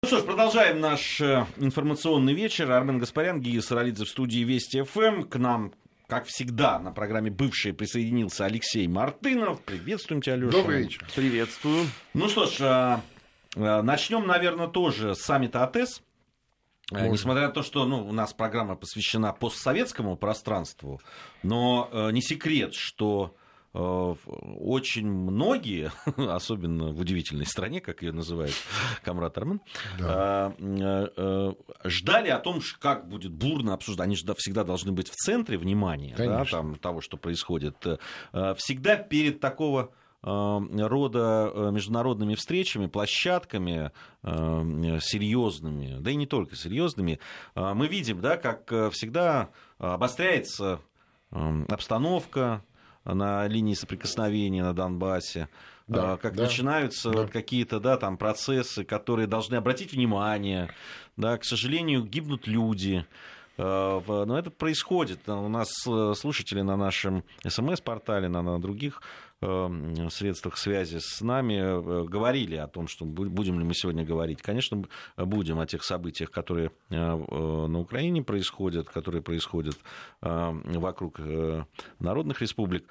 Ну что ж, продолжаем наш информационный вечер. Армен Гаспарян, Гия Саралидзе в студии Вести ФМ. К нам, как всегда, на программе «Бывший» присоединился Алексей Мартынов. Приветствуем тебя, Леша. Добрый вечер. Приветствую. Ну что ж, начнем, наверное, тоже с саммита АТЭС. Несмотря на то, что у нас программа посвящена постсоветскому пространству, но не секрет, что очень многие, особенно в удивительной стране, как ее называют Камрад Армен, да, ждали о том, как будет бурно обсуждать. Они же всегда должны быть в центре внимания, да, там, того, что происходит. Всегда перед такого рода международными встречами, площадками серьезными, да и не только серьезными, мы видим, да, как всегда обостряется обстановка на линии соприкосновения на Донбассе, да, как начинаются какие-то там процессы, которые должны обратить внимание, да, к сожалению, гибнут люди. Но это происходит. У нас слушатели на нашем СМС-портале, на других средствах связи с нами говорили о том, что будем ли мы сегодня говорить. Конечно, будем о тех событиях, которые на Украине происходят, которые происходят вокруг народных республик.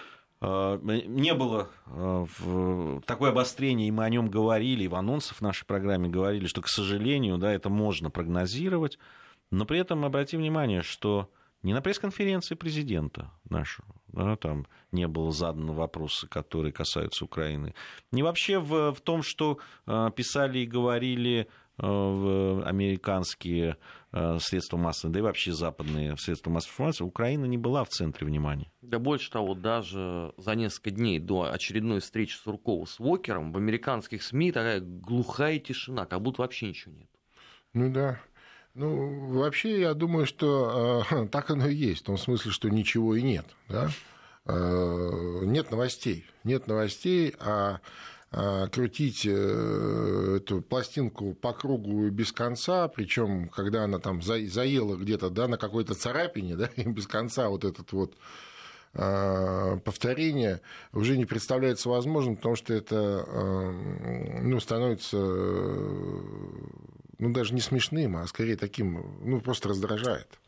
Не было такое обострение, и мы о нем говорили, и в анонсах в нашей программе говорили, что, к сожалению, да, это можно прогнозировать. Но при этом обратим внимание, что не на пресс-конференции президента нашего, да, там не было задано вопросы, которые касаются Украины, не вообще в том, что писали и говорили американские средства массовой, да и вообще западные средства массовой информации, Украина не была в центре внимания. Да больше того, даже за несколько дней до очередной встречи Суркова с Уокером в американских СМИ такая глухая тишина, как будто вообще ничего нет. Ну да. Вообще, я думаю, что так оно и есть, в том смысле, что ничего и нет. Да? Нет новостей. Нет новостей, а крутить эту пластинку по кругу без конца, причем когда она там заела где-то, да, на какой-то царапине, да, и без конца вот этот вот повторение уже не представляется возможным, потому что это становится даже не смешным, а скорее таким, просто раздражает.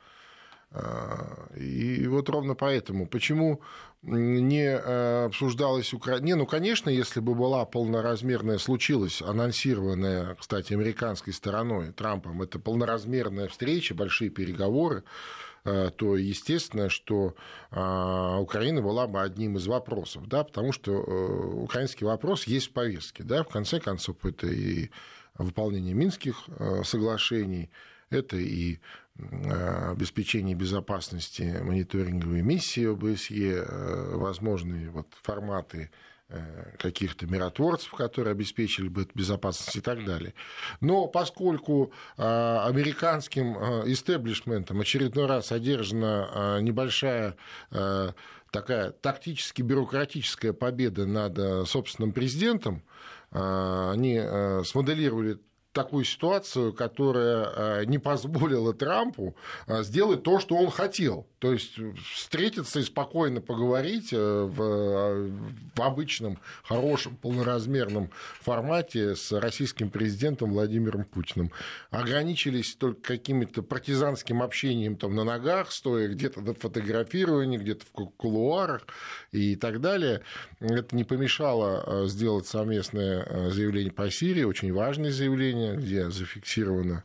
И вот ровно поэтому. Почему не обсуждалась Украина? Конечно, если бы была полноразмерная, случилась, анонсированная, кстати, американской стороной, Трампом, это полноразмерная встреча, большие переговоры, то естественно, что Украина была бы одним из вопросов, да, потому что украинский вопрос есть в повестке. Да, в конце концов, это и выполнение Минских соглашений, это и обеспечение безопасности мониторинговой миссии ОБСЕ, возможные форматы каких-то миротворцев, которые обеспечили бы эту безопасность и так далее. Но поскольку американским истеблишментом очередной раз одержана небольшая такая тактически-бюрократическая победа над собственным президентом, они смоделировали такую ситуацию, которая не позволила Трампу сделать то, что он хотел. То есть встретиться и спокойно поговорить в обычном, хорошем, полноразмерном формате с российским президентом Владимиром Путиным. Ограничились только каким-то партизанским общением там, на ногах, стоя где-то на фотографировании, где-то в кулуарах и так далее. Это не помешало сделать совместное заявление по Сирии, очень важное заявление, где зафиксировано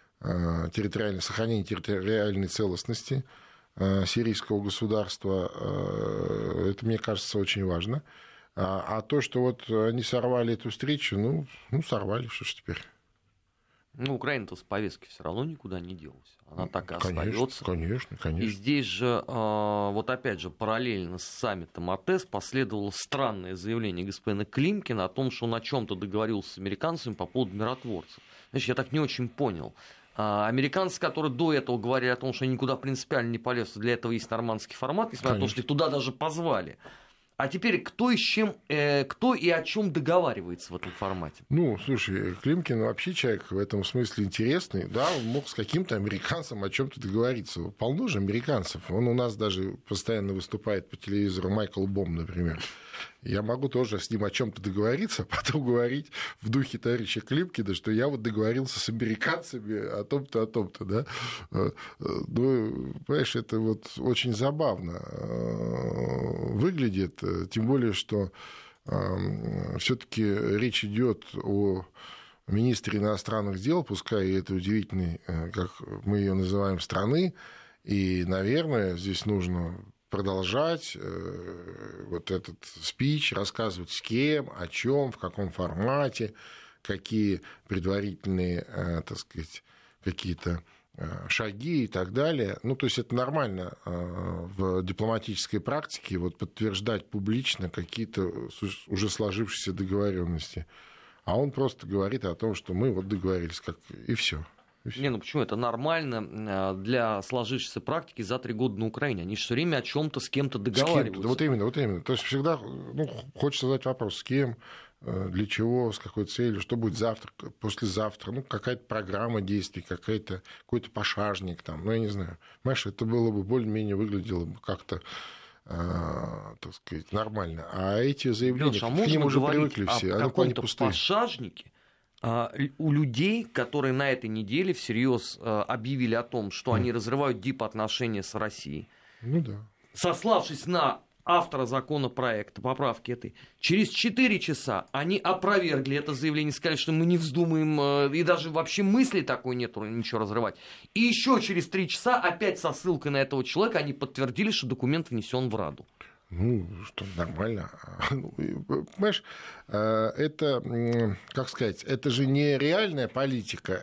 сохранение территориальной целостности сирийского государства. Это, мне кажется, очень важно. А то, что они сорвали эту встречу, сорвали, что ж теперь. Украина-то с повестки все равно никуда не делась. Она так и остается. Конечно. И здесь же, опять же, параллельно с саммитом АТЭС последовало странное заявление господина Климкина о том, что он о чем-то договорился с американцами по поводу миротворцев. Значит, я так не очень понял. Американцы, которые до этого говорили о том, что они никуда принципиально не полезут, для этого есть нормандский формат, несмотря на то, что их туда даже позвали. А теперь кто и о чем договаривается в этом формате? Слушай, Климкин вообще человек в этом смысле интересный. Да, он мог с каким-то американцем о чем-то договориться. Полно же американцев. Он у нас даже постоянно выступает по телевизору, Майкл Бом, например. Я могу тоже с ним о чем-то договориться, а потом говорить в духе товарища Климкина, что я вот договорился с американцами о том-то, да. Ну, понимаешь, это вот очень забавно выглядит, тем более, что все-таки речь идет о министре иностранных дел, пускай и это удивительной, как мы ее называем, страны, и, наверное, здесь нужно продолжать вот этот спич, рассказывать с кем, о чем, в каком формате, какие предварительные, так сказать, какие-то шаги и так далее. Ну, то есть это нормально в дипломатической практике вот подтверждать публично какие-то уже сложившиеся договоренности. А он просто говорит о том, что мы вот договорились, и все. Не, ну почему? Это нормально для сложившейся практики за 3 года на Украине. Они же все время о чем-то с кем-то договариваются. Вот именно. То есть всегда хочется задать вопрос, с кем, для чего, с какой целью, что будет завтра, послезавтра, какая-то программа действий, какой-то пошажник там, я не знаю. Понимаешь, это было бы более-менее выглядело бы как-то, так сказать, нормально. А эти заявления, Лёша, к ним уже привыкли все, о каком-то пошажнике у людей, которые на этой неделе всерьез объявили о том, что они разрывают дипотношения с Россией. Ну да. Сославшись на автора законопроекта, поправки этой, через 4 часа они опровергли это заявление, сказали, что мы не вздумаем, и даже вообще мысли такой нету, ничего разрывать. И еще через 3 часа, опять со ссылкой на этого человека, они подтвердили, что документ внесен в Раду. Ну, что нормально. Понимаешь, это, как сказать, это же не реальная политика,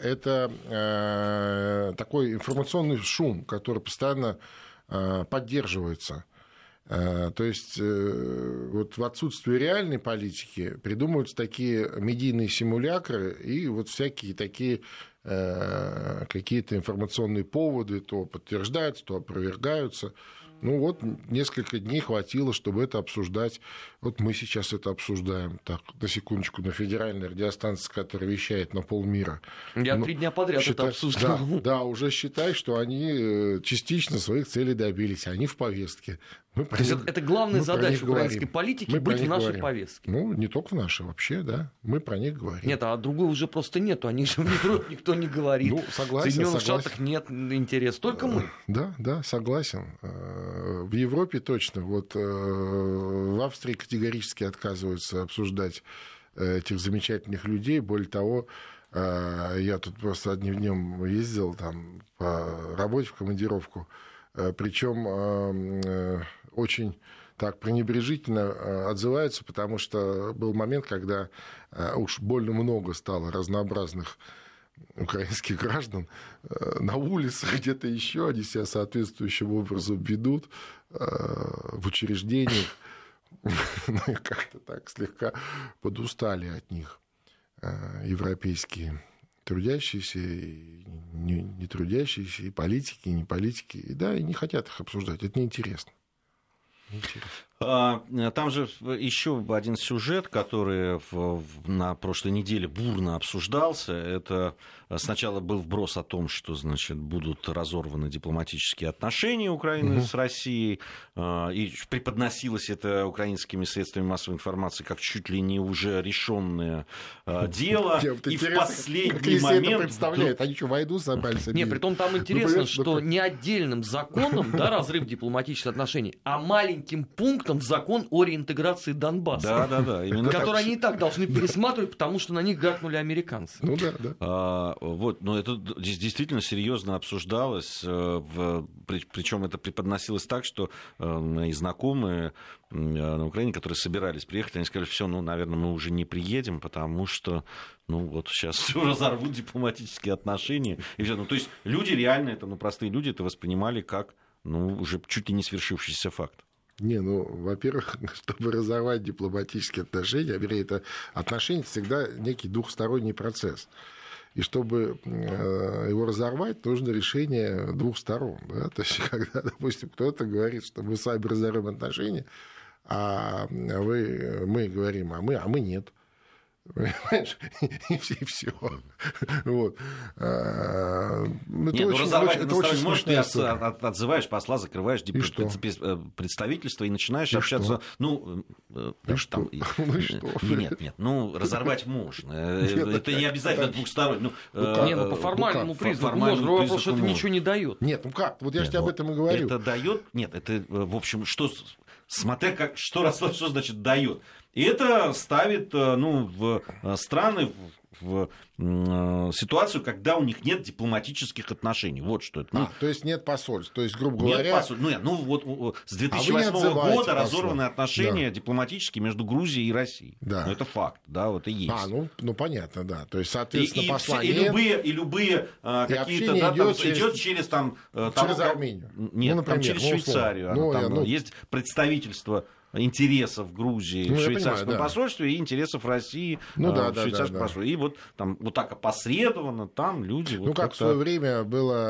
это такой информационный шум, который постоянно поддерживается. То есть вот в отсутствии реальной политики придумываются такие медийные симулякры и вот всякие такие какие-то информационные поводы то подтверждаются, то опровергаются. Ну вот, несколько дней хватило, чтобы это обсуждать. Вот мы сейчас это обсуждаем. Так, на секундочку, на федеральной радиостанции, которая вещает на полмира. Я 3 дня подряд это обсуждал. Да, уже считай, что они частично своих целей добились. Они в повестке. То есть это главная задача украинской политики — быть в нашей повестке. Ну, не только в нашей вообще, да. Мы про них говорим. Нет, а другой уже просто нету. Они же в Европе никто не говорит. Ну, согласен. В Соединенных Штатах нет интереса. Только мы. Да, согласен. В Европе точно. Вот в Австрии категорически отказываются обсуждать этих замечательных людей. Более того, я тут просто одним днем ездил там по работе в командировку. Причем очень так пренебрежительно отзываются, потому что был момент, когда уж больно много стало разнообразных украинских граждан на улицах, где-то еще они себя соответствующим образом ведут в учреждениях, и как-то так слегка подустали от них европейские трудящиеся, и не трудящиеся, и политики, и не политики, и да, и не хотят их обсуждать, это неинтересно. Там же еще один сюжет, который на прошлой неделе бурно обсуждался. Это сначала был вброс о том, что, значит, будут разорваны дипломатические отношения Украины с Россией, и преподносилось это украинскими средствами массовой информации как чуть ли не уже решенное дело. И в последний момент... это представляют? Они что, войну собрались? Не, притом там интересно, что не отдельным законом, да, разрыв дипломатических отношений, а маленьким пунктом в закон о реинтеграции Донбасса. Да, именно который они и так должны пересматривать, потому что на них гакнули американцы. Ну да. Вот, но это действительно серьезно обсуждалось, причем это преподносилось так, что мои знакомые на Украине, которые собирались приехать, они сказали, все, наверное, мы уже не приедем, потому что, вот сейчас все разорвут дипломатические отношения. И все. То есть люди реально, простые люди это воспринимали как, уже чуть ли не свершившийся факт. Не, во-первых, чтобы разорвать дипломатические отношения, вернее, это отношения всегда некий двухсторонний процесс. И чтобы его разорвать, нужно решение двух сторон. Да? То есть, когда, допустим, кто-то говорит, что мы с вами разорвем отношения, а мы говорим, а мы нет. Понимаешь? И все. Вот. Нет, разорвать иностранный можешь, ты отзываешь посла, закрываешь представительство и начинаешь общаться. Нет, разорвать можно. Это не обязательно двухсторонне. По формальному признаку можно, вопрос, что это ничего не дает. Нет, как? Вот я же тебе об этом и говорю. Это дает? Нет, это, в общем, что... Смотря что значит дает. И это ставит в страны в ситуацию, когда у них нет дипломатических отношений. Вот что это. То есть нет посольств. То есть, грубо говоря... С 2008 года разорваны отношения дипломатические между Грузией и Россией. Да. Это факт, да, вот и есть. Понятно, да. То есть, соответственно, посла нет. И любые какие-то... идет через через Армению. Нет, например, через Швейцарию. Есть представительство интересов Грузии в швейцарском посольстве и интересов России в швейцарском посольстве. И вот там вот так опосредованно там люди... как в свое время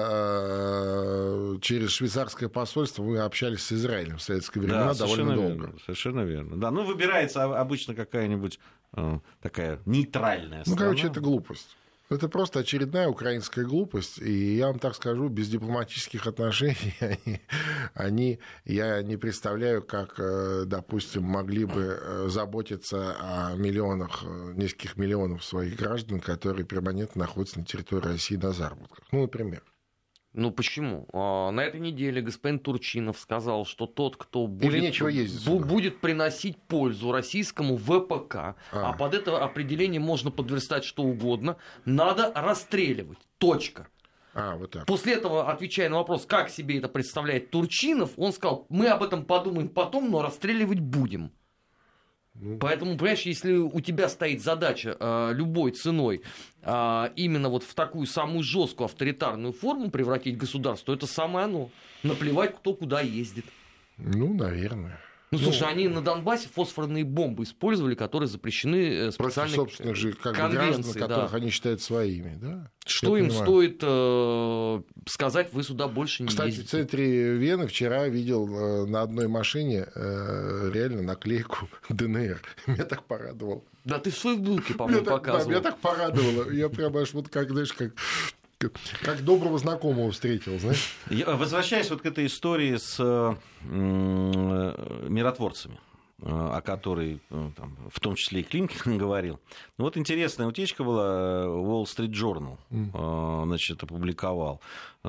было через швейцарское посольство, мы общались с Израилем в советское времена довольно долго. Совершенно верно. Да, выбирается обычно какая-нибудь такая нейтральная страна. Это глупость. Это просто очередная украинская глупость, и я вам так скажу, без дипломатических отношений я не представляю, как, допустим, могли бы заботиться о нескольких миллионов своих граждан, которые перманентно находятся на территории России на заработках. Например. Почему? На этой неделе господин Турчинов сказал, что тот, кто будет приносить пользу российскому ВПК, а под это определение можно подверстать что угодно, надо расстреливать. Точка. Вот так. После этого, отвечая на вопрос, как себе это представляет Турчинов, он сказал, мы об этом подумаем потом, но расстреливать будем. Поэтому, понимаешь, если у тебя стоит задача любой ценой именно вот в такую самую жесткую авторитарную форму превратить государство, то это самое оно. Наплевать, кто куда ездит. Наверное. Слушай, они на Донбассе фосфорные бомбы использовали, которые запрещены специальной против собственных же граждан, которых они считают своими, да? Что им стоит сказать, вы сюда больше не ездите? Кстати, в центре Вены вчера видел на одной машине реально наклейку ДНР. Меня так порадовало. Да, ты в Фейсбуке, по-моему, показывал. Да, меня так порадовало. Я прямо аж как доброго знакомого встретил, знаешь. Возвращаясь к этой истории с миротворцами, о которой в том числе и Климкин говорил. Интересная утечка была, Wall Street Journal опубликовал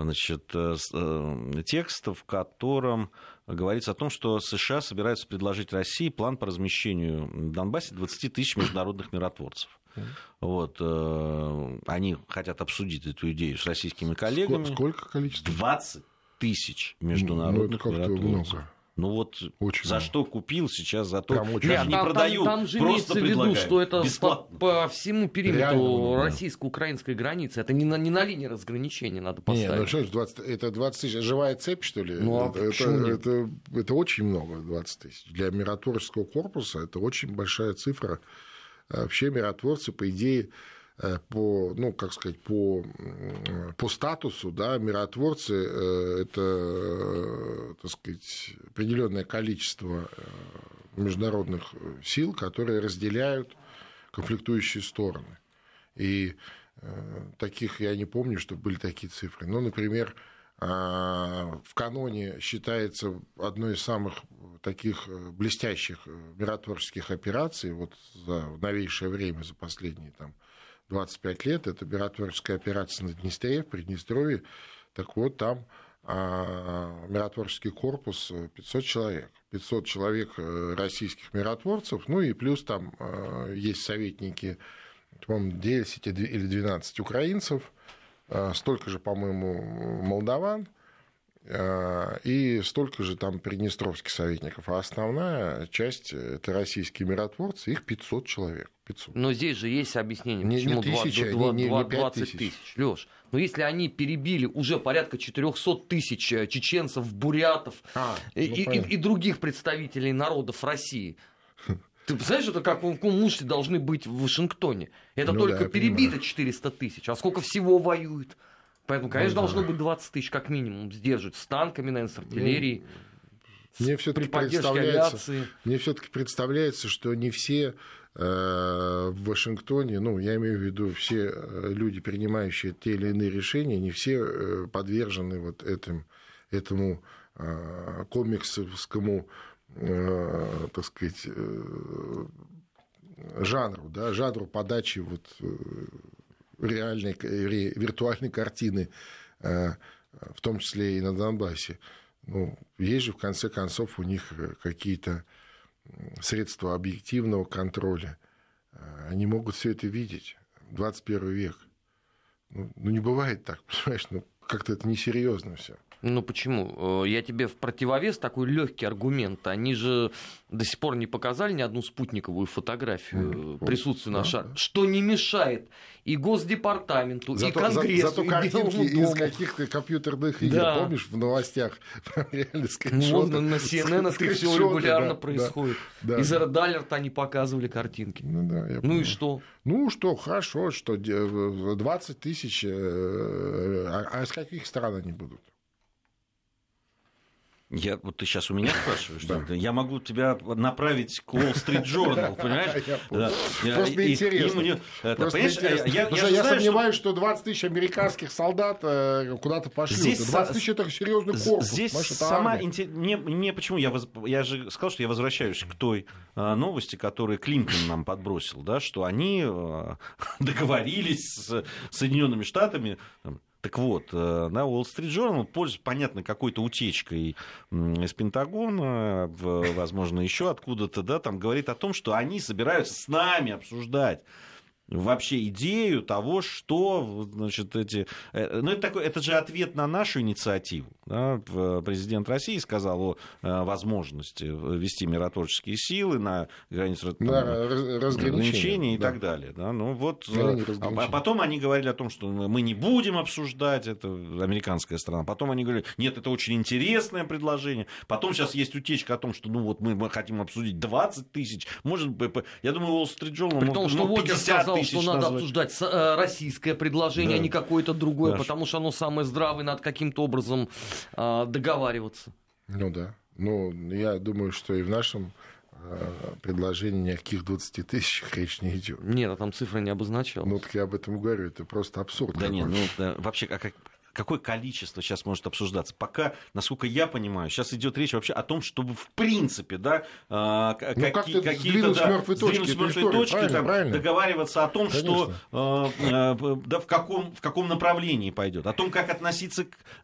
текст, в котором говорится о том, что США собираются предложить России план по размещению в Донбассе 20 тысяч международных миротворцев. Они хотят обсудить эту идею с российскими коллегами. Сколько количество? 20 тысяч международных миротворцев. Очень за много. Что купил сейчас, за то не продаю, там же просто имеется в виду, что это по всему периметру реально, российско-украинской границы. Это не на линии разграничения надо поставить. Это 20 тысяч, живая цепь, что ли? Это очень много, 20 тысяч. Для миротворческого корпуса это очень большая цифра. Вообще миротворцы, по идее, по статусу, миротворцы это, определенное количество международных сил, которые разделяют конфликтующие стороны. И таких я не помню, чтобы были такие цифры. Например, в каноне считается одной из самых таких блестящих миротворческих операций за новейшее время, за последние 25 лет, это миротворческая операция на Днестре, в Приднестровье. Так вот, там миротворческий корпус 500 человек. 500 человек российских миротворцев, и плюс там есть советники, по-моему, 10 или 12 украинцев, столько же, по-моему, молдаван, и столько же там приднестровских советников. А основная часть – это российские миротворцы, их 500 человек. 500. Но здесь же есть объяснение, почему 20 тысяч. Лёш, но если они перебили уже порядка 400 тысяч чеченцев, бурятов и других представителей народов России, ты представляешь, это как в каком мужестве должны быть в Вашингтоне? Это только перебито 400 тысяч, а сколько всего воюет? Поэтому, конечно, должно быть 20 тысяч как минимум сдерживать с танками, наверное, с артиллерией. Мне все-таки представляется, что не все в Вашингтоне, ну, я имею в виду все люди, принимающие те или иные решения, не все подвержены вот этому комиксовскому, так сказать, жанру, да, жанру подачи вот реальной, виртуальной картины, в том числе и на Донбассе. Ну, есть же, в конце концов, у них какие-то средства объективного контроля. Они могут все это видеть. 21 век. Ну, не бывает так, понимаешь? Ну, как-то это несерьезно все. Ну почему? Я тебе в противовес такой легкий аргумент. Они же до сих пор не показали ни одну спутниковую фотографию присутствия на шаре, что не мешает и Госдепартаменту, и Конгрессу, зато и картинки Белому дому. из каких-то компьютерных игр, да. Помнишь, в новостях реально скриншоты. Можно на CNN это все регулярно происходит. Да, из Red Alert они показывали картинки. Ну и что? Ну что, хорошо, что 20 тысяч, а из каких стран они будут? Вот ты сейчас у меня спрашиваешь, что да. Я могу тебя направить к Wall Street Journal, понимаешь? Просто интересно. Я сомневаюсь, что 20 тысяч американских солдат куда-то пошлют. 20 тысяч – это серьезный корпус. Здесь мне почему? Я же сказал, что я возвращаюсь к той новости, которую Клинтон нам подбросил, да, что они договорились с Соединенными Штатами. Так вот, на Wall Street Journal, пользуясь, понятно, какой-то утечкой из Пентагона, возможно, еще откуда-то, да, там говорит о том, что они собираются с нами обсуждать вообще идею того, что, значит, ну, это же ответ на нашу инициативу. Да? Президент России сказал о возможности ввести миротворческие силы на границу разграничения и так далее. Да? Ну, вот, а потом они говорили о том, что мы не будем обсуждать, это американская страна. Потом они говорили, нет, это очень интересное предложение. Потом сейчас есть утечка о том, что ну, вот мы хотим обсудить 20 тысяч. Может быть, я думаю, Wall Street Journal может 50 тысяч. Что надо обсуждать российское предложение, да. А не какое-то другое, да. Потому что оно самое здравое, надо каким-то образом договариваться. Ну да. Ну, я думаю, что и в нашем предложении ни о каких 20 тысячах речь не идет. Нет, а там цифра не обозначалась. Ну, так я об этом говорю, это просто абсурд. Да нет, ну, вообще, какое количество сейчас может обсуждаться? Пока, насколько я понимаю, сейчас идет речь вообще о том, чтобы в принципе, да, какие-то с мертвой точки там, договариваться о том, конечно. Что да, в каком направлении пойдет, о том, как относиться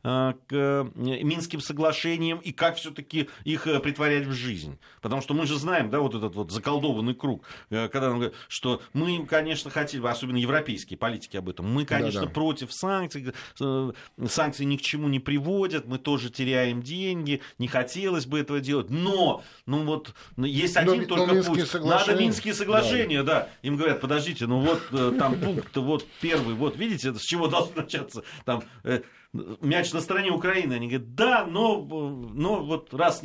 к Минским соглашениям и как все-таки их притворять в жизнь. Потому что мы же знаем, да, вот этот вот заколдованный круг, когда нам говорят, что мы, конечно, хотели, особенно европейские политики об этом, мы, конечно, против санкций. Санкции ни к чему не приводят, мы тоже теряем деньги, не хотелось бы этого делать, но ну вот, есть один только путь. Надо Минские соглашения, да. Им говорят, подождите, ну вот там пункт вот первый, вот видите, с чего должно начаться там... Мяч на стороне Украины. Они говорят, да, но вот раз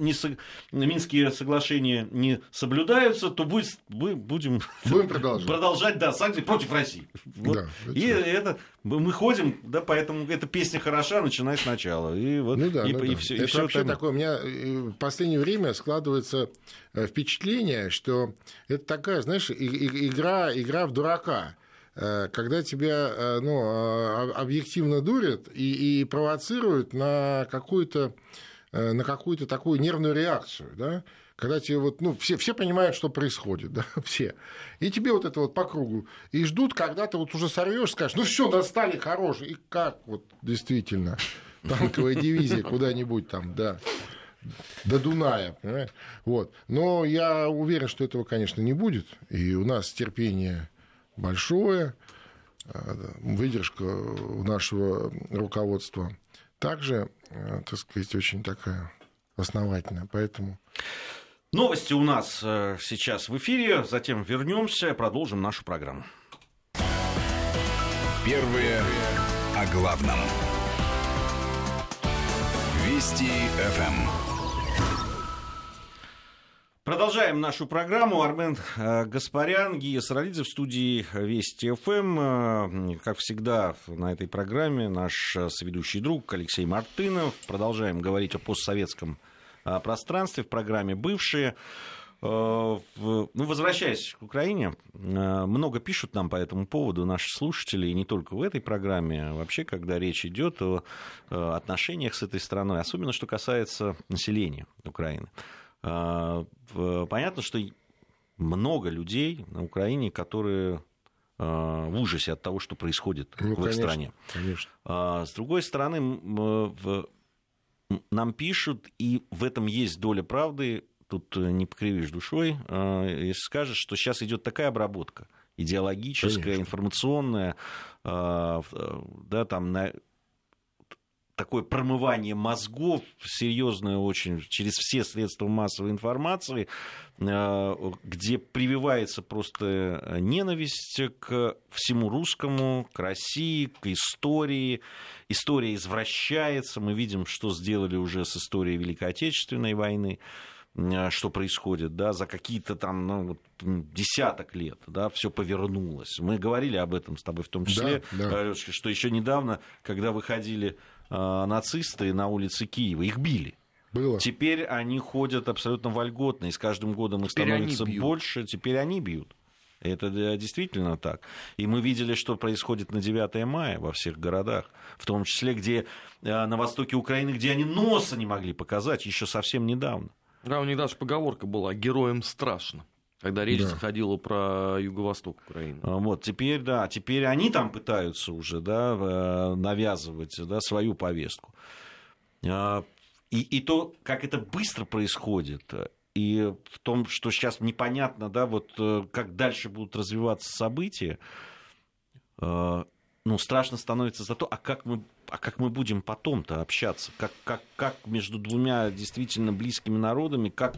Минские соглашения не соблюдаются, то будем продолжать да, санкции против России. Вот. Да, и это мы ходим, да, поэтому эта песня хороша, начиная сначала. И вот, и все, это вообще там... такое. У меня в последнее время складывается впечатление, что это такая, знаешь, игра в дурака. Когда тебя объективно дурят и провоцируют на какую-то такую нервную реакцию, да? Когда тебе вот, все понимают, что происходит, да, все. И тебе вот это вот по кругу. И ждут, когда ты вот уже сорвешь, скажешь, ну все, достали, хорошие. И как вот действительно танковая дивизия куда-нибудь там, да, до Дуная, понимаешь? Вот. Но я уверен, что этого, конечно, не будет. И у нас терпение большое, выдержка у нашего руководства также, так сказать, очень такая основательная. Поэтому... Новости у нас сейчас в эфире, затем вернемся, продолжим нашу программу. Первые о главном. Вести ФМ. Продолжаем нашу программу. Армен Гаспарян, Гия Саралидзе в студии Вести ФМ. Как всегда на этой программе наш соведущий друг Алексей Мартынов. Продолжаем говорить о постсоветском пространстве, в программе «Бывшие». Возвращаясь к Украине, много пишут нам по этому поводу наши слушатели, и не только в этой программе, а вообще, когда речь идет о отношениях с этой страной, особенно что касается населения Украины. Понятно, что много людей на Украине, которые в ужасе от того, что происходит в их стране. Конечно. С другой стороны, нам пишут, и в этом есть доля правды, тут не покривишь душой, если скажешь, что сейчас идет такая обработка идеологическая, конечно, информационная, да, там такое промывание мозгов серьезное очень через все средства массовой информации, где прививается просто ненависть к всему русскому, к России, к истории. История извращается. Мы видим, что сделали уже с историей Великой Отечественной войны, что происходит, да, за какие-то там десяток лет, да, все повернулось. Мы говорили об этом с тобой в том числе, да. Что еще недавно, когда выходили нацисты на улицы Киева, их били. Было. Теперь они ходят абсолютно вольготно, и с каждым годом их становится больше, теперь они бьют. Это действительно так. И мы видели, что происходит на 9 мая во всех городах, в том числе где на востоке Украины, где они носа не могли показать еще совсем недавно. Да, у них даже поговорка была «героям страшно», когда речь заходила про юго-восток Украины. Вот, теперь они там пытаются уже, да, навязывать, да, свою повестку. И то, как это быстро происходит, и в том, что сейчас непонятно, да, вот как дальше будут развиваться события, страшно становится за то, а как мы будем потом-то общаться, как между двумя действительно близкими народами, как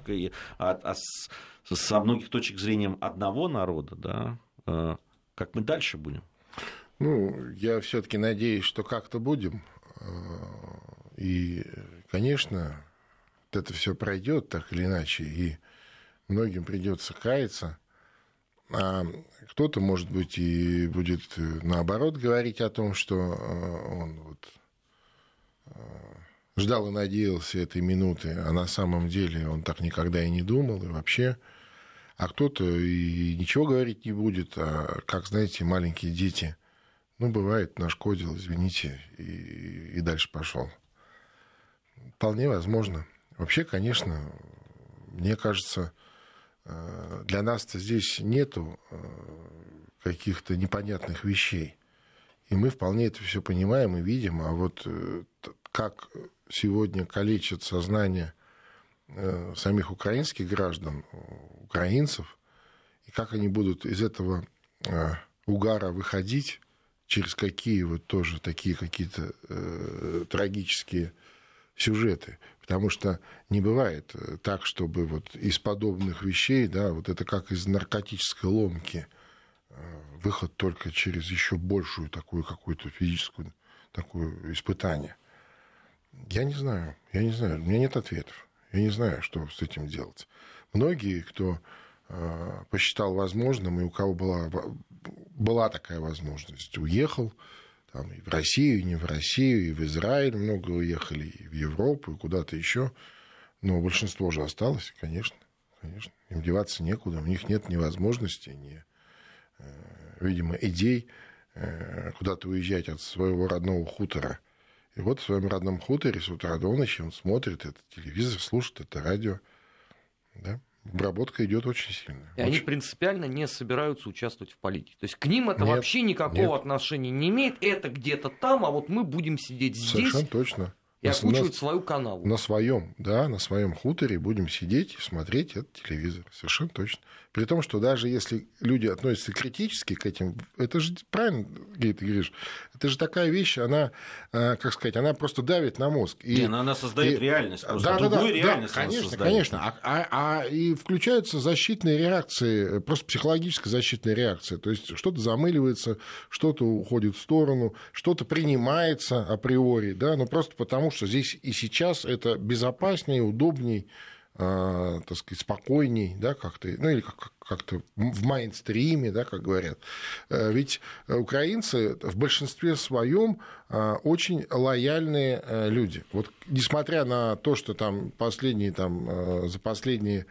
со многих точек зрения одного народа, да, как мы дальше будем? Я все-таки надеюсь, что как-то будем. И, конечно, это все пройдет так или иначе, и многим придется каяться. А кто-то, может быть, и будет наоборот говорить о том, что он ждал и надеялся этой минуты, а на самом деле он так никогда и не думал, и вообще. А кто-то и ничего говорить не будет, а, как, знаете, маленькие дети, бывает, нашкодил, извините, и дальше пошел. Вполне возможно. Вообще, конечно, мне кажется, для нас-то здесь нету каких-то непонятных вещей. И мы вполне это все понимаем и видим. А вот как сегодня калечат сознание самих украинских граждан, украинцев, и как они будут из этого угара выходить, через какие вот тоже такие какие-то трагические сюжеты. Потому что не бывает так, чтобы вот из подобных вещей, да, вот это как из наркотической ломки, выход только через еще большую такую какую-то физическую такое испытание. Я не знаю, у меня нет ответов. Я не знаю, что с этим делать. Многие, кто посчитал возможным, и у кого была такая возможность, уехал там, и в Россию, и не в Россию, и в Израиль много уехали, и в Европу, и куда-то еще. Но большинство же осталось, конечно. Им деваться некуда, у них нет ни возможности, ни, видимо, идей куда-то уезжать от своего родного хутора. И вот в своем родном хуторе с утра до ночи он смотрит этот телевизор, слушает это радио. Да? Обработка идет очень сильно. И они принципиально не собираются участвовать в политике. То есть к ним это вообще никакого отношения не имеет. Это где-то там, а вот мы будем сидеть здесь. Совершенно точно. И озвучивать свою канаву. На своем хуторе будем сидеть и смотреть этот телевизор. Совершенно точно. При том, что даже если люди относятся критически к этим, это же правильно, Гей, ты говоришь, это же такая вещь, она, как сказать, она просто давит на мозг. Она создает реальность. Другую реальность. Конечно. И включаются защитные реакции, просто психологическая защитная реакция. То есть что-то замыливается, что-то уходит в сторону, что-то принимается априори, да, просто потому что здесь и сейчас это безопаснее, удобнее, так сказать, спокойней, да, как-то, ну, или как-то в мейнстриме, да, как говорят. Ведь украинцы в большинстве своем очень лояльные люди. Вот несмотря на то, что там за последние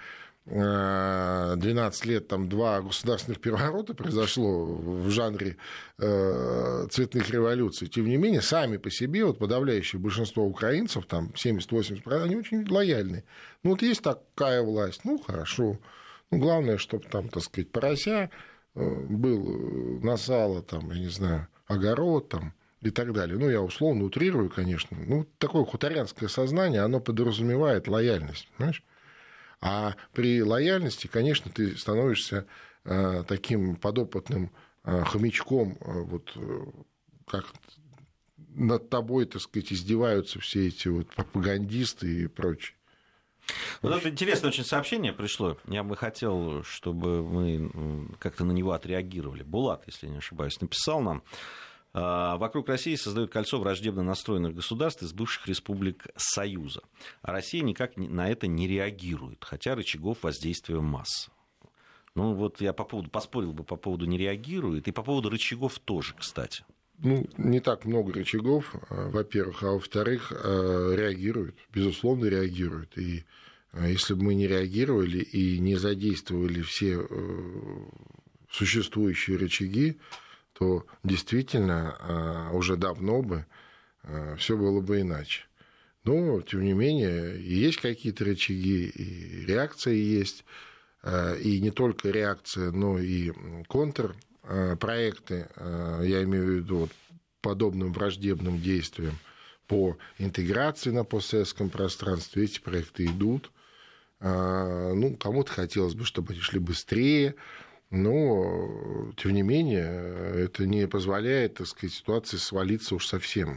12 лет там 2 государственных переворота произошло в жанре цветных революций. Тем не менее, сами по себе, вот подавляющее большинство украинцев, там 70-80%, они очень лояльны. Ну, вот есть такая власть, ну, хорошо. Ну, главное, чтобы там, так сказать, порося был на сало, там, я не знаю, огород, там, и так далее. Ну, я условно утрирую, конечно. Ну, такое хуторянское сознание, оно подразумевает лояльность, понимаешь? А при лояльности, конечно, ты становишься таким подопытным хомячком, вот как над тобой, так сказать, издеваются все эти вот пропагандисты и прочее. Вот это интересное очень сообщение пришло. Я бы хотел, чтобы мы как-то на него отреагировали. Булат, если не ошибаюсь, написал нам. Вокруг России создают кольцо враждебно настроенных государств из бывших республик Союза. А Россия никак на это не реагирует, хотя рычагов воздействия масса. Ну, вот я поспорил бы по поводу не реагирует, и по поводу рычагов тоже, кстати. Ну, не так много рычагов, во-первых, а во-вторых, реагируют, безусловно, реагируют. И если бы мы не реагировали и не задействовали все существующие рычаги, то действительно уже давно бы все было бы иначе. Но, тем не менее, есть какие-то рычаги, и реакция есть, и не только реакция, но и контрпроекты, я имею в виду вот, подобным враждебным действиям по интеграции на постсоветском пространстве. Эти проекты идут. Ну, кому-то хотелось бы, чтобы они шли быстрее, но, тем не менее, это не позволяет, так сказать, ситуации свалиться уж совсем.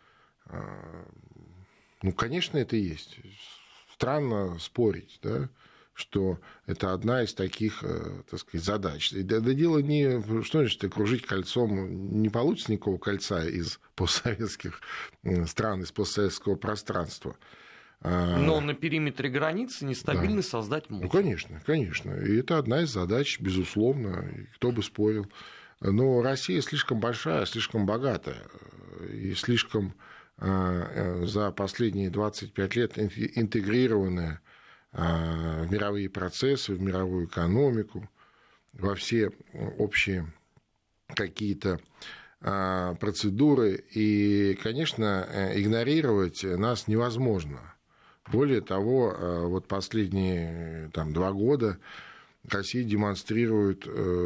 Ну, конечно, это и есть. Странно спорить, да, что это одна из таких, так сказать, задач. Да дело не... Что значит окружить кольцом? Не получится никакого кольца из постсоветских стран, из постсоветского пространства. Но на периметре границы нестабильность создать можно. Ну, конечно, конечно. И это одна из задач, безусловно. И кто бы спорил. Но Россия слишком большая, слишком богатая. И слишком за последние 25 лет интегрированная в мировые процессы, в мировую экономику, во все общие какие-то процедуры. И, конечно, игнорировать нас невозможно. Более того, вот последние 2 года Россия демонстрирует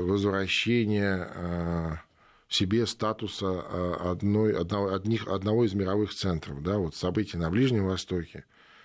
возвращение себе статуса одного из мировых центров. Да, вот события на Ближнем Востоке.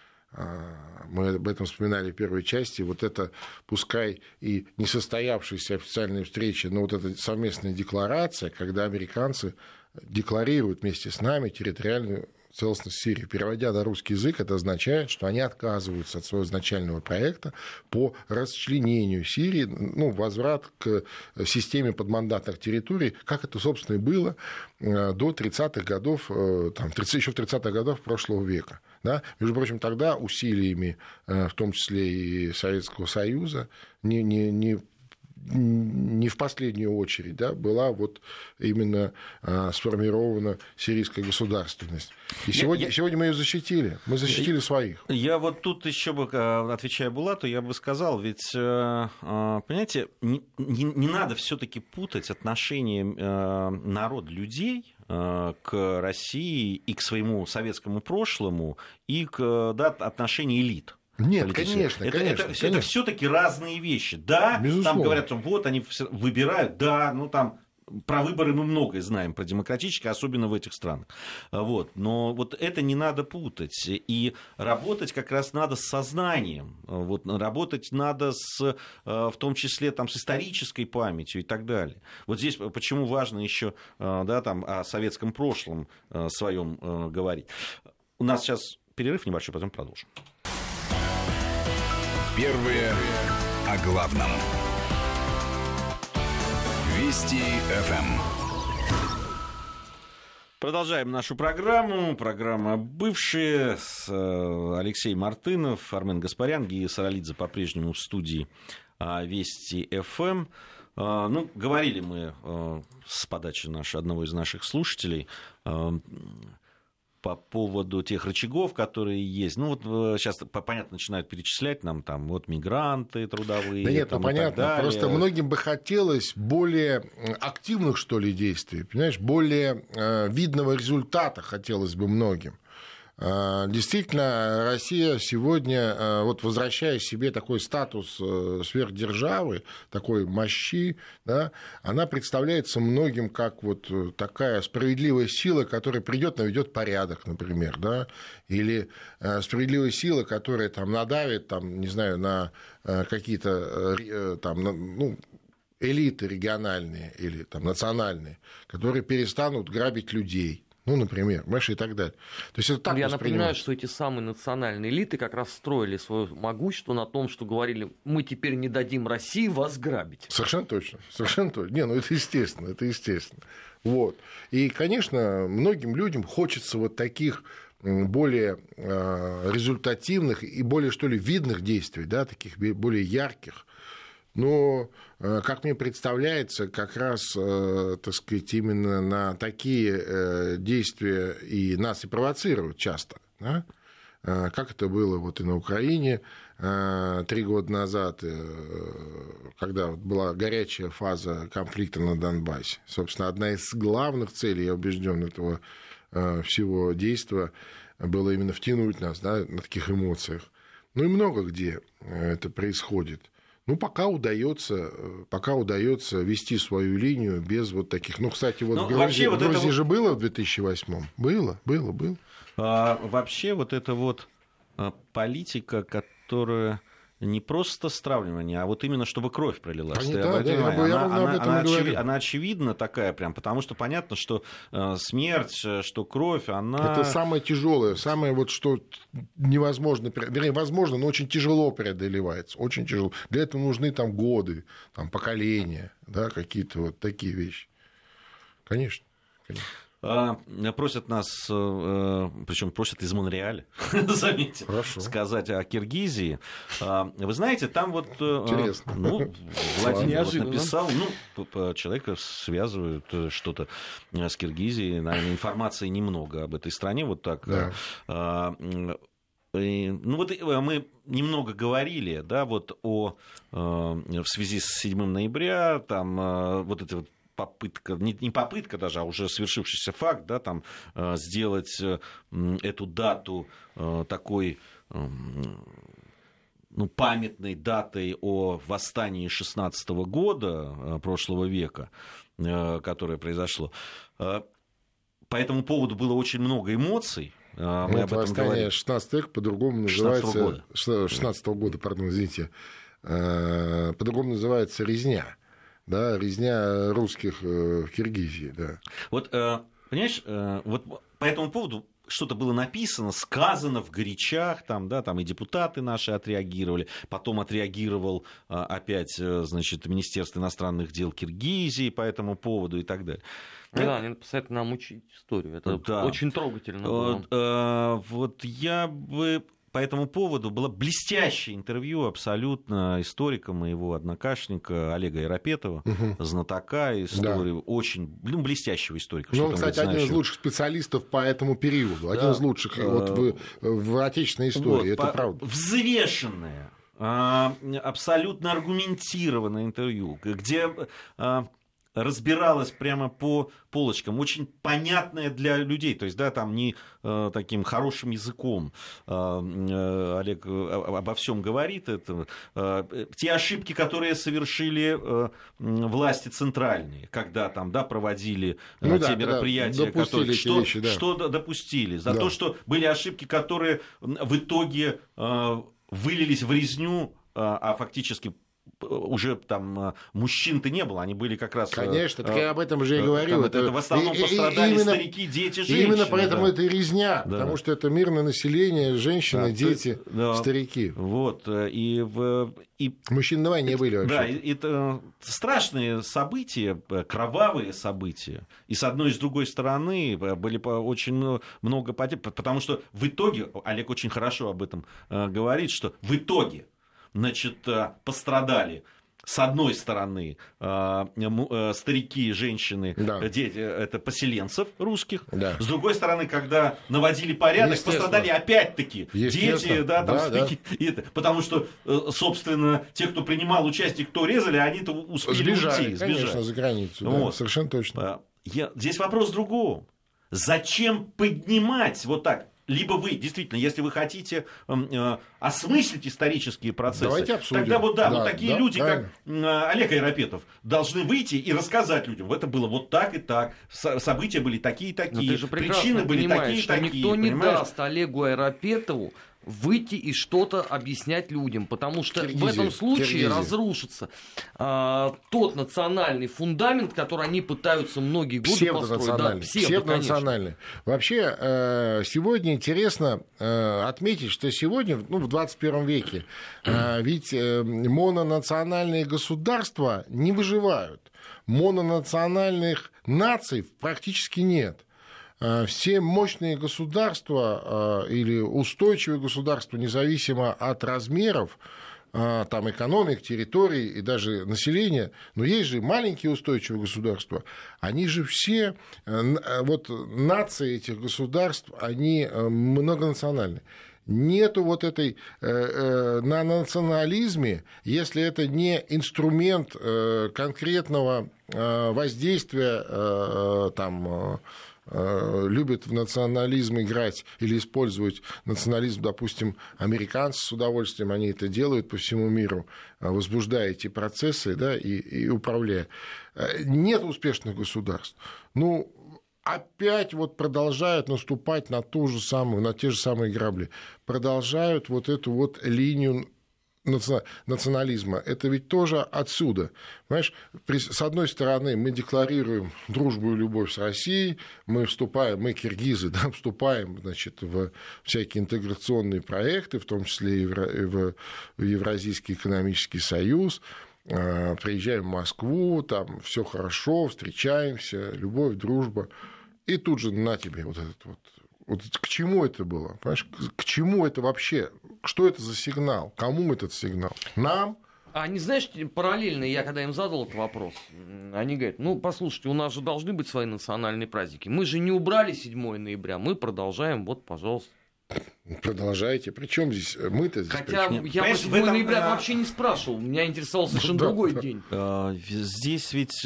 Мы об этом вспоминали в первой части. Вот это, пускай и не состоявшаяся официальная встреча, но вот эта совместная декларация, когда американцы декларируют вместе с нами территориальную целостность Сирии. Переводя на русский язык, это означает, что они отказываются от своего изначального проекта по расчленению Сирии, ну, возврат к системе подмандатных территорий, как это, собственно, и было до 30-х годов, еще в 30-х годах прошлого века. Да? Между прочим, тогда усилиями, в том числе и Советского Союза, не в последнюю очередь, да, была вот именно сформирована сирийская государственность. И сегодня мы ее защитили. Мы защитили своих. Я вот тут еще бы, отвечая Булату, я бы сказал, ведь, понимаете, не надо все-таки путать отношение народа, людей к России и к своему советскому прошлому, и к отношению элит. Нет, конечно. Это все-таки разные вещи. Да, безусловно. Там говорят, что вот они выбирают, да, ну там про выборы мы многое знаем, про демократические, особенно в этих странах. Вот. Но вот это не надо путать. И работать как раз надо с сознанием. Вот. Работать надо в том числе там, с исторической памятью и так далее. Вот здесь почему важно еще да, там, о советском прошлом своем говорить. У нас сейчас перерыв небольшой, потом продолжим. Первые о главном. Вести ФМ. Продолжаем нашу программу. Программа «Бывшие» с Алексеем Мартынов, Армен Гаспарян, Гия Саралидзе по-прежнему в студии Вести ФМ. Ну, говорили мы с подачи одного из наших слушателей по поводу тех рычагов, которые есть. Ну, вот сейчас, понятно, начинают перечислять нам там вот мигранты трудовые. Да нет, там, ну понятно. Просто многим бы хотелось более активных, что ли, действий, понимаешь, более видного результата хотелось бы многим. Действительно, Россия сегодня, вот возвращая себе такой статус сверхдержавы, такой мощи, да, она представляется многим как вот такая справедливая сила, которая придет, наведет порядок, например, да, или справедливая сила, которая там надавит, там, не знаю, на какие-то там, ну, элиты региональные или там, национальные, которые перестанут грабить людей. Ну, например, понимаешь, и так далее. То есть это так Я напоминаю, что эти самые национальные элиты как раз строили свое могущество на том, что говорили, мы теперь не дадим России вас грабить. Совершенно точно, совершенно точно. Не, ну это естественно, это естественно. Вот. И, конечно, многим людям хочется вот таких более результативных и более, что ли, видных действий, да, таких более ярких. Но, как мне представляется, как раз, так сказать, именно на такие действия и нас и провоцируют часто. Да? Как это было вот и на Украине 3 года назад, когда была горячая фаза конфликта на Донбассе. Собственно, одна из главных целей, я убежден, этого всего действия было именно втянуть нас, да, на таких эмоциях. Ну и много где это происходит. Ну, пока удается вести свою линию без вот таких... Ну, кстати, вот в Грузии же было в 2008-м? Было. Вообще вот эта вот политика, которая не просто стравливание, а вот именно чтобы кровь пролилась. Она очевидна такая прям, потому что понятно, что смерть, что кровь, она... Это самое тяжелое, самое вот что невозможно, вернее, возможно, но очень тяжело преодолевается, очень тяжело. Для этого нужны там годы, там поколения, да, какие-то вот такие вещи. Конечно. Просят нас, причем просят из Монреаля, заметьте, сказать о Киргизии. Вы знаете, там вот Владимир вот написал, человека связывают что-то с Киргизией, наверное, информации немного об этой стране, вот так. Да. Ну вот мы немного говорили, да, вот в связи с 7 ноября, там вот эти вот попытка, не попытка даже, а уже свершившийся факт, да, там, сделать эту дату такой памятной датой о восстании 16 года прошлого века, которое произошло. По этому поводу было очень много эмоций. Мы об этом говорили. 16 века по-другому называется... 16-го года, пардон, извините. По-другому называется резня. Да, резня русских в Киргизии, да. Вот, понимаешь, вот по этому поводу что-то было написано, сказано в горячах, там, да, там и депутаты наши отреагировали, потом отреагировал опять, значит, Министерство иностранных дел Киргизии по этому поводу и так далее. Да, они написали нам учить историю, это очень трогательно было. Вот я бы... По этому поводу было блестящее интервью абсолютно историка моего однокашника Олега Яропетова, знатока истории, очень блестящего историка. Он, кстати, один из лучших специалистов по этому периоду, один из лучших вот в отечественной истории, это правда. Взвешенное, абсолютно аргументированное интервью, где... разбиралась прямо по полочкам, очень понятная для людей, то есть, да, там не таким хорошим языком Олег обо всем говорит, это, те ошибки, которые совершили власти центральные, когда там, да, проводили те мероприятия, которые, что допустили, за то, что были ошибки, которые в итоге вылились в резню, а фактически уже там мужчин-то не было, они были как раз... Конечно, так я об этом уже и говорил. Это в основном пострадали старики, дети, женщины. Именно поэтому это и резня, потому что это мирное население, женщины, дети, старики. Вот, и мужчины на войне были вообще. Да, это страшные события, кровавые события. И с одной и с другой стороны были очень много потерь, потому что в итоге, Олег очень хорошо об этом говорит, что в итоге, значит, пострадали с одной стороны старики, женщины, дети, это поселенцев русских. Да. С другой стороны, когда наводили порядок, пострадали опять-таки дети, да, там, старики. Да. Потому что, собственно, те, кто принимал участие, кто резали, они-то успели уйти. Конечно, за границу. Вот. Да, совершенно точно. Здесь вопрос в другом. Зачем поднимать вот так? Либо вы, действительно, если вы хотите осмыслить исторические процессы, тогда вот такие люди, правильно, как Олег Айрапетов, должны выйти и рассказать людям, это было вот так и так, события были такие и такие, причины были такие и такие. Никто не даст Олегу Айрапетову выйти и что-то объяснять людям, потому что в этом случае разрушится тот национальный фундамент, который они пытаются многие годы построить. Псевдонациональный. Вообще, сегодня интересно отметить, что сегодня, в 21 веке, ведь мононациональные государства не выживают. Мононациональных наций практически нет. Все мощные государства или устойчивые государства, независимо от размеров, там, экономик, территорий и даже населения, но есть же маленькие устойчивые государства, они же все, вот нации этих государств, они многонациональны. Нету вот этой на национализме, если это не инструмент конкретного воздействия, там, любят в национализм играть или использовать национализм, допустим, американцы с удовольствием, они это делают по всему миру, возбуждая эти процессы, да, и управляя. Нет успешных государств. Опять вот продолжают наступать на ту же самую, на те же самые грабли. Продолжают вот эту вот линию национализма. Это ведь тоже отсюда. Понимаешь, с одной стороны, мы декларируем дружбу и любовь с Россией, мы киргизы, да, вступаем, значит, в всякие интеграционные проекты, в том числе и в Евразийский экономический союз, приезжаем в Москву, там все хорошо, встречаемся, любовь, дружба. И тут же на тебе вот этот вот. Вот к чему это было? Понимаешь, к чему это вообще? Что это за сигнал? Кому этот сигнал? Нам? Они, знаешь, параллельно, я когда им задал этот вопрос, они говорят, послушайте, у нас же должны быть свои национальные праздники. Мы же не убрали 7 ноября, мы продолжаем, вот, пожалуйста. Продолжайте. Причем здесь мы-то здесь? Хотя я про 7 ноября вообще не спрашивал, меня интересовал совершенно другой день. Здесь ведь...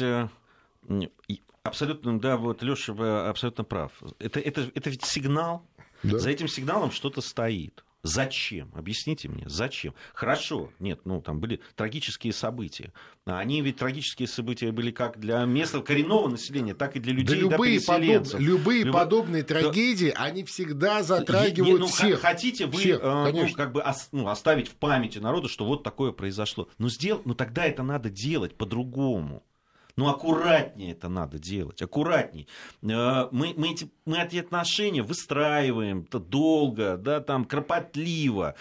Абсолютно, да, вот Лёша абсолютно прав. Это ведь сигнал. Да. За этим сигналом что-то стоит. Зачем? Объясните мне, зачем? Хорошо, нет, там были трагические события. Они ведь трагические события были как для местного коренного населения, так и для людей, да, переселенцев. Любые подобные трагедии, они всегда затрагивают всех. Хотите вы оставить в памяти народа, что вот такое произошло. Но тогда это надо делать по-другому. Аккуратнее это надо делать, аккуратней. Мы эти отношения выстраиваем долго, да, там, кропотливо.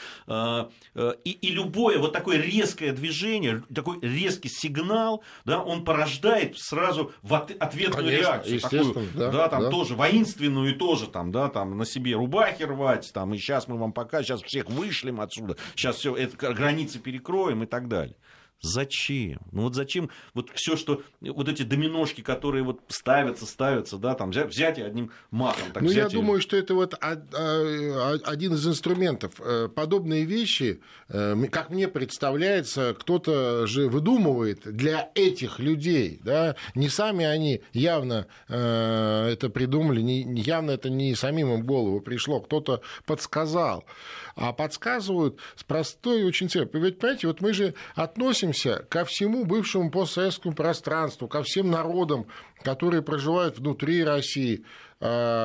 И любое вот такое резкое движение, такой резкий сигнал, да, он порождает сразу ответную реакцию. Такую, тоже воинственную и тоже там, да, там, на себе рубахи рвать, там, и сейчас мы вам сейчас всех вышлем отсюда, сейчас все границы перекроем и так далее. Зачем? Зачем все, что вот эти доминошки, которые вот ставятся, да, там взять и одним махом. Я думаю, что это вот один из инструментов. Подобные вещи, как мне представляется, кто-то же выдумывает для этих людей, да, не сами они явно это придумали, явно это не самим им в голову пришло, кто-то подсказал. А подсказывают с простой очень целью. Ведь, понимаете, вот мы же относимся ко всему бывшему постсоветскому пространству, ко всем народам, которые проживают внутри России.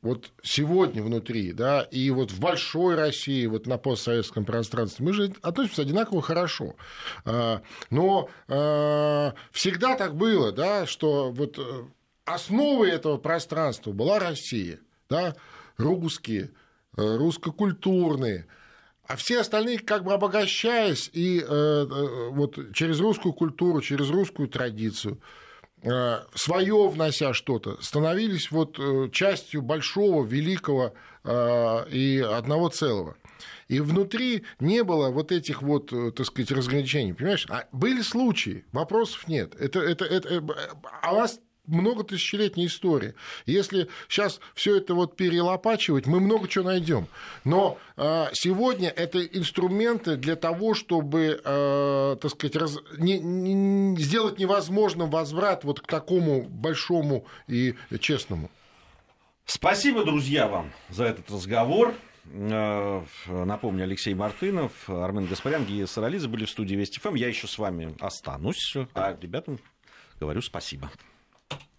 вот сегодня внутри, да, и вот в большой России, вот на постсоветском пространстве, мы же относимся одинаково хорошо. Но всегда так было, да, что вот основой этого пространства была Россия, да, русские, русско-культурные. А все остальные, как бы обогащаясь и вот через русскую культуру, через русскую традицию, свое внося что-то, становились вот частью большого, великого и одного целого. И внутри не было вот этих вот, так сказать, разграничений, понимаешь? Были случаи, вопросов нет. А у нас много тысячелетней истории. Если сейчас все это вот перелопачивать, мы много чего найдем. Но сегодня это инструменты для того, чтобы, так сказать, сделать невозможным возврат вот к такому большому и честному. Спасибо, друзья, вам за этот разговор. Напомню, Алексей Мартынов, Армен Гаспарян, Гия Саралидзе были в студии Вести ФМ. Я еще с вами останусь, а ребятам говорю спасибо.